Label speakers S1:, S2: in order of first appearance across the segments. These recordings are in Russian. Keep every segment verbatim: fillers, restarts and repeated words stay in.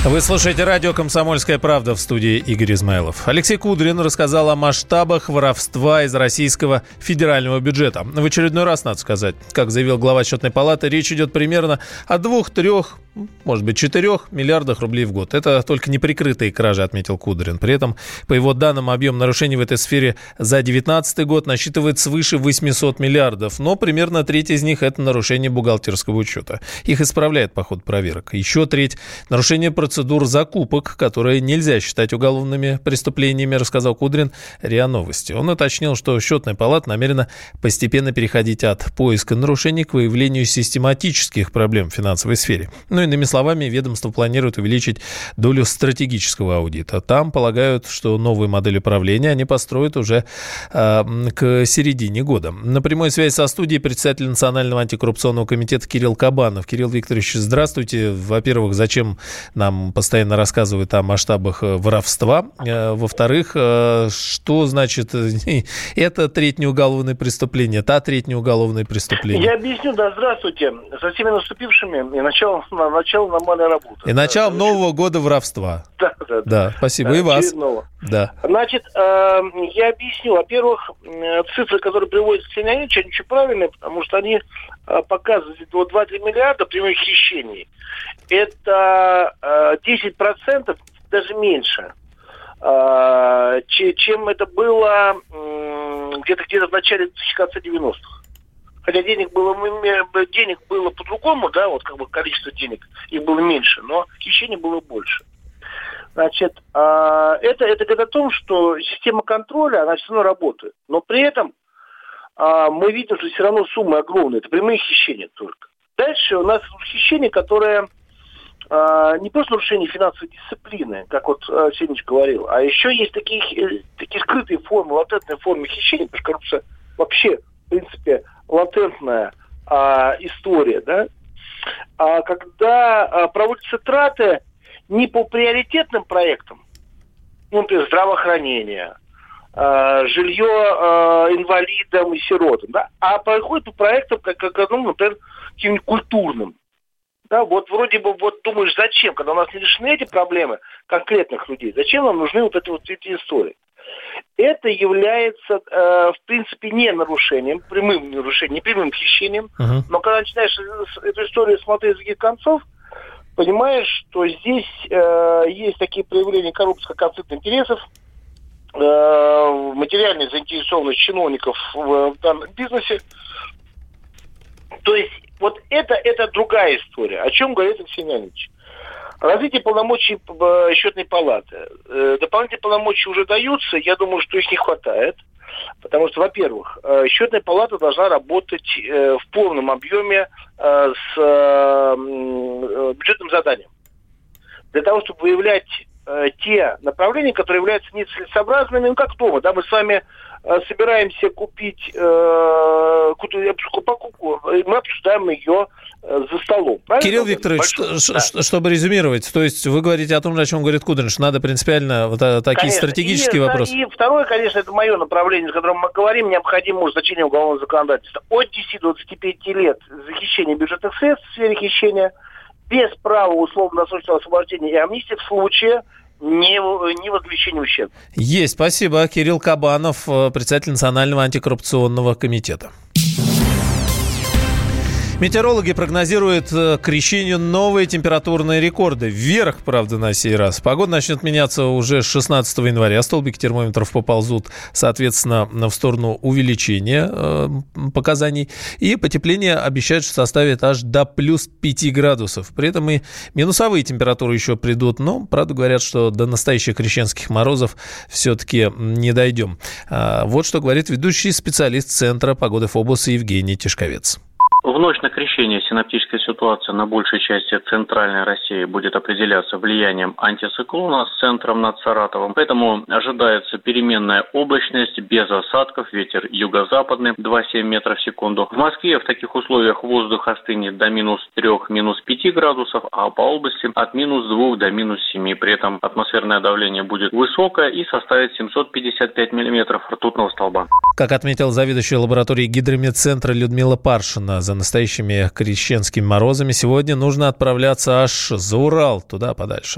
S1: Вы слушаете радио «Комсомольская правда», в студии Игорь Измайлов. Алексей Кудрин рассказал о масштабах воровства из российского федерального бюджета. В очередной раз, надо сказать, как заявил глава Счетной палаты, речь идет примерно о двух-трех, может быть, четырех миллиардах рублей в год. Это только неприкрытые кражи, отметил Кудрин. При этом, по его данным, объем нарушений в этой сфере за две тысячи девятнадцатый год насчитывает свыше восемьсот миллиардов. Но примерно треть из них – это нарушение бухгалтерского учета. Их исправляет по ходу проверок. Еще треть – нарушение процедур закупок, которые нельзя считать уголовными преступлениями, рассказал Кудрин РИА Новости. Он уточнил, что Счетная палата намерена постепенно переходить от поиска нарушений к выявлению систематических проблем в финансовой сфере. Ну, иными словами, ведомство планирует увеличить долю стратегического аудита. Там полагают, что новые модели управления они построят уже э, к середине года. На прямой связи со студией председатель Национального антикоррупционного комитета Кирилл Кабанов. Кирилл Викторович, здравствуйте. Во-первых, зачем нам постоянно рассказывают о масштабах воровства? Э, во-вторых, э, что значит это треть неуголовное преступление, та треть неуголовное преступление?
S2: Я объясню, да, здравствуйте. Со всеми наступившими и началом начало нормальной работы.
S1: И начало да, Нового года воровства.
S2: Да, да, да.
S1: Да, спасибо. Да, и вас.
S2: Да. Значит, э, я объясню. Во-первых, цифры, которые приводят Ксения Ильича, они очень правильные, потому что они э, показывают вот два-три миллиарда прямых хищений. Это э, десять процентов, даже меньше, э, чем это было э, где-то, где-то в начале конца девяностых. Хотя денег было, денег было по-другому, да, вот как бы количество денег, их было меньше, но хищений было больше. Значит, это, это говорит о том, что система контроля, она все равно работает. Но при этом мы видим, что все равно суммы огромные. Это прямые хищения только. Дальше у нас хищения, которые не просто нарушение финансовой дисциплины, как вот Сенич говорил, а еще есть такие, такие скрытые формы, латентные формы хищения, потому что коррупция вообще, в принципе, латентная а, история, да, а, когда а, проводятся траты не по приоритетным проектам, ну, например, здравоохранение, а, жилье а, инвалидам и сиротам, да, а проходит по проектам, как, как ну, например, каким-нибудь культурным. Да, вот вроде бы вот думаешь, зачем, когда у нас не решены эти проблемы конкретных людей, зачем нам нужны вот эти вот эти истории? Это является, э, в принципе, не нарушением, прямым нарушением, не прямым хищением. Uh-huh. Но когда начинаешь эту историю смотреть с других концов, понимаешь, что здесь э, есть такие проявления коррупции, как конфликт интересов, э, материальная заинтересованность чиновников в, в данном бизнесе. То есть вот это, это другая история. О чем говорит Алексей Леонидович? Развитие полномочий Счетной палаты. Дополнительные полномочия уже даются, я думаю, что их не хватает. Потому что, во-первых, Счетная палата должна работать в полном объеме с бюджетным заданием. Для того, чтобы выявлять те направления, которые являются нецелесообразными, ну как дома, да, мы с вами собираемся купить э, покупку, мы обсуждаем ее за столом. Правильно?
S1: Кирилл Викторович, что, да. ш, чтобы резюмировать, то есть вы говорите о том, о чем говорит Кудрин, что надо принципиально вот такие конечно. стратегические и, вопросы.
S2: И второе, конечно, это мое направление, о котором мы говорим, необходимо ужесточение уголовного законодательства. От десяти до двадцати пяти лет за хищение бюджетных средств в сфере хищения без права условно-досрочного освобождения и амнистии в случае Не, не возмещение ущерба.
S1: Есть, спасибо. Кирилл Кабанов, председатель Национального антикоррупционного комитета. Метеорологи прогнозируют к крещению новые температурные рекорды. Вверх, правда, на сей раз. Погода начнет меняться уже с шестнадцатого января. Столбики термометров поползут, соответственно, в сторону увеличения э, показаний. И потепление обещают, что составит аж до плюс пяти градусов. При этом и минусовые температуры еще придут. Но, правда, говорят, что до настоящих крещенских морозов все-таки не дойдем. А вот что говорит ведущий специалист Центра погоды ФОБОСа Евгений Тишковец.
S3: В ночь на крещение синоптическая ситуация на большей части центральной России будет определяться влиянием антициклона с центром над Саратовом. Поэтому ожидается переменная облачность без осадков, ветер юго-западный два целых семь метров в секунду. В Москве в таких условиях воздух остынет до минус трех, минус пяти градусов, а по области от минус двух до минус семи. При этом атмосферное давление будет высокое и составит семьсот пятьдесят пять миллиметров ртутного столба.
S1: Как отметил заведующая лабораторией Гидрометцентра Людмила Паршина, за настоящими крещенскими морозами сегодня нужно отправляться аж за Урал, туда подальше.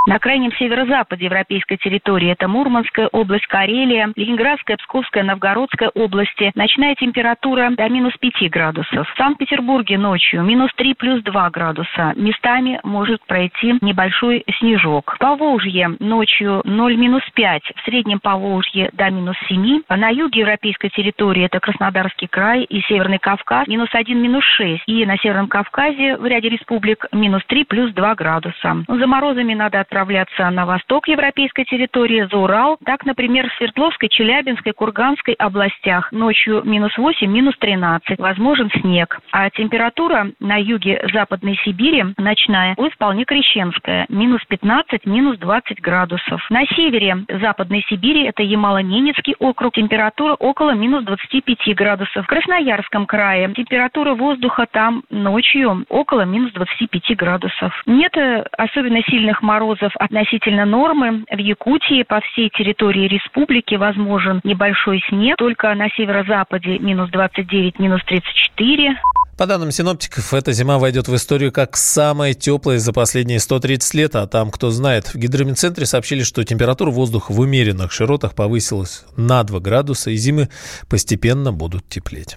S4: На крайнем северо-западе европейской территории это Мурманская область, Карелия, Ленинградская, Псковская, Новгородская области. Ночная температура до минус пяти градусов. В Санкт-Петербурге ночью минус три плюс два градуса. Местами может пройти небольшой снежок. Поволжье ночью ноль минус пять. В среднем Поволжье до минус семи. На юге европейской территории это Краснодарский край и Северный Кавказ минус один, минус шесть. И на Северном Кавказе в ряде республик минус три плюс два градуса. За морозами надо отправляться на восток европейской территории, за Урал. Так, например, в Свердловской, Челябинской, Курганской областях ночью минус восемь, минус тринадцать. Возможен снег. А температура на юге Западной Сибири ночная будет вполне крещенская. Минус пятнадцать, минус двадцать градусов. На севере Западной Сибири это Ямало-Ненецкий округ. Температура около минус двадцати пяти градусов. В Красноярском крае температура воздуха там ночью около минус двадцати пяти градусов. Нет особенно сильных морозов относительно нормы. В Якутии по всей территории республики возможен небольшой снег. Только на северо-западе минус двадцать девять, минус тридцать четыре.
S1: По данным синоптиков, эта зима войдет в историю как самая теплая за последние сто тридцать лет, а там, кто знает. В гидрометцентре сообщили, что температура воздуха в умеренных широтах повысилась на два градуса, и зимы постепенно будут теплеть.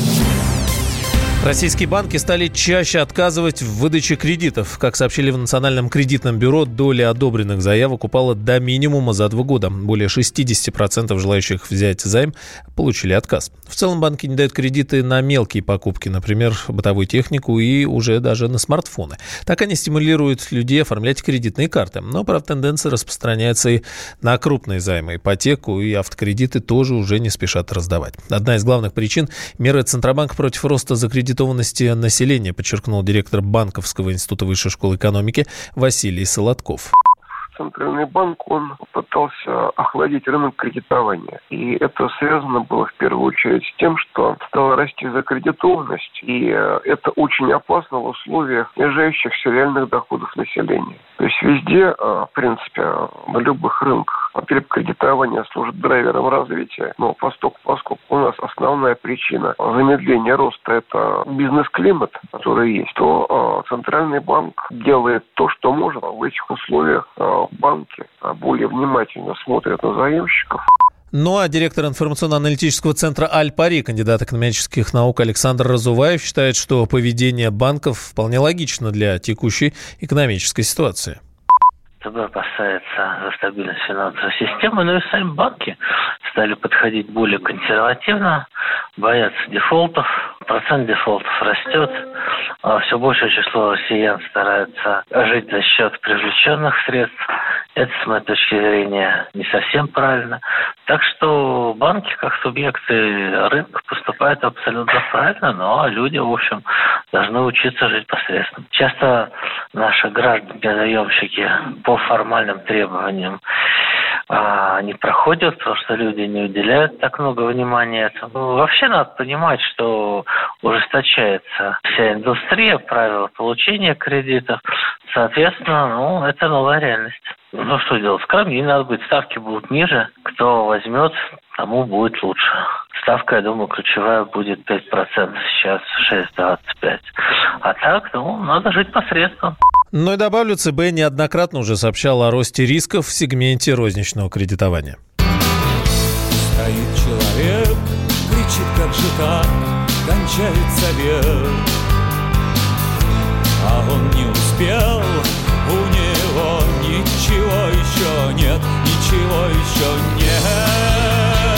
S1: Российские банки стали чаще отказывать в выдаче кредитов. Как сообщили в Национальном кредитном бюро, доля одобренных заявок упала до минимума за два года. Более шестьдесят процентов желающих взять займ получили отказ. В целом банки не дают кредиты на мелкие покупки, например, бытовую технику и уже даже на смартфоны. Так они стимулируют людей оформлять кредитные карты. Но, правда, тенденция распространяется и на крупные займы. Ипотеку и автокредиты тоже уже не спешат раздавать. Одна из главных причин – меры Центробанка против роста закредитованности населения, подчеркнул директор Банковского института высшей школы экономики Василий Солодков.
S5: Центральный банк, он пытался охладить рынок кредитования. И это связано было в первую очередь с тем, что стала расти закредитованность, и это очень опасно в условиях снижающихся реальных доходов населения. То есть везде, в принципе, на любых рынках, во-первых, кредитование служит драйвером развития, но поскольку, поскольку у нас основная причина замедления роста – это бизнес-климат, который есть, то Центральный банк делает то, что может в этих условиях. Банки более внимательно смотрят на заемщиков.
S1: Ну а директор информационно-аналитического центра «Аль-Пари», кандидат экономических наук Александр Разуваев считает, что поведение банков вполне логично для текущей экономической ситуации.
S6: ЦБ опасается за стабильность финансовой системы, но и сами банки стали подходить более консервативно, боятся дефолтов, процент дефолтов растет, все большее число россиян стараются жить за счет привлеченных средств. Это, с моей точки зрения, не совсем правильно. Так что банки, как субъекты рынка, поступают абсолютно правильно, но люди, в общем, должны учиться жить посредством. Часто наши граждане-заемщики по формальным требованиям а, не проходят, потому что люди не уделяют так много внимания этому. Вообще надо понимать, что ужесточается вся индустрия, правила получения кредитов. Соответственно, ну, это новая реальность. Ну, что делать? Скромнее не надо быть. Ставки будут ниже. Кто возьмет, тому будет лучше. Ставка, я думаю, ключевая будет пять процентов. Сейчас шесть целых двадцать пять сотых. А так, ну, надо жить посредством.
S1: Ну и добавлю, ЦБ неоднократно уже сообщал о росте рисков в сегменте розничного кредитования.
S7: Стоит человек, кричит, как же так, кончается век. А он не успел, у него ничего еще нет, ничего еще нет.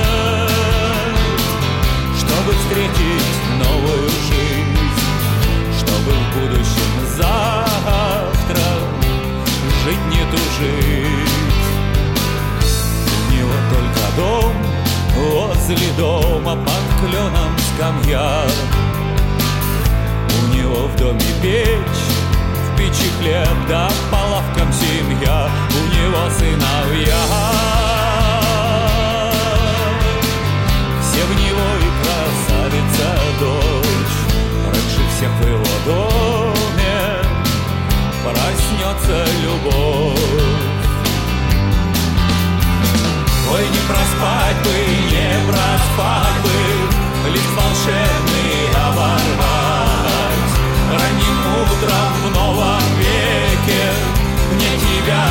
S7: Чтобы встретить новую жизнь, чтобы в будущем завтра жить не тужить. У него только дом, возле дома под кленом скамья. У него в доме печь, в печи хлеб, да по лавкам семья. У него сыновья, все в него и красавица дочь. Раньше всех в его доме проснется любовь. Ой, не проспать бы, не проспать бы, лишь волшебный оборвать. Ранним утром в новом веке мне тебя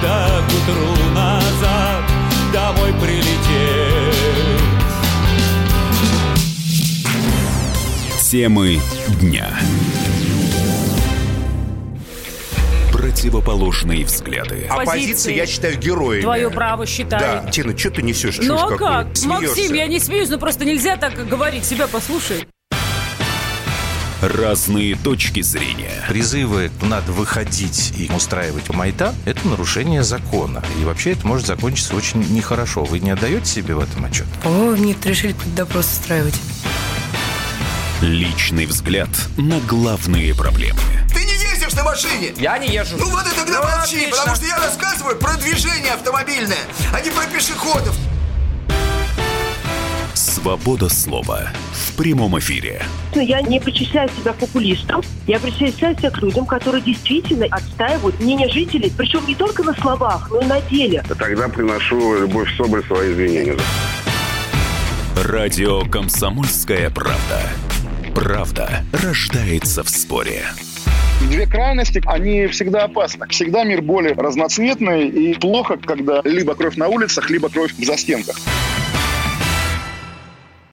S7: да к утру назад домой прилететь.
S8: Темы дня. Противоположные взгляды.
S9: Оппозиция, я считаю, героями.
S10: Твое право считаю.
S9: Да, Тина, что ты несешь?
S10: Ну а как?
S9: Смеешься.
S10: Максим, я не смеюсь, но просто нельзя так говорить. Себя послушай.
S8: Разные точки зрения.
S11: Призывы «надо выходить и устраивать Майдан» — это нарушение закона. И вообще это может закончиться очень нехорошо. Вы не отдаете себе в этом отчет?
S12: По-моему, некоторые решили допрос устраивать.
S8: Личный взгляд на главные проблемы.
S13: Ты не ездишь на машине?
S14: Я не езжу.
S13: Ну вот и тогда
S14: ну,
S13: молчи,
S14: отлично.
S13: потому что я рассказываю про движение автомобильное, а не про пешеходов.
S8: Свобода слова в прямом эфире.
S15: Я не причисляю себя к популистам, я причисляю себя к людям, которые действительно отстаивают мнение жителей, причем не только на словах, но и на деле.
S16: Тогда приношу Любовь Соболь свои извинения.
S8: Радио «Комсомольская правда». Правда рождается в споре.
S17: Две крайности, они всегда опасны. Всегда мир более разноцветный, и плохо, когда либо кровь на улицах, либо кровь в застенках.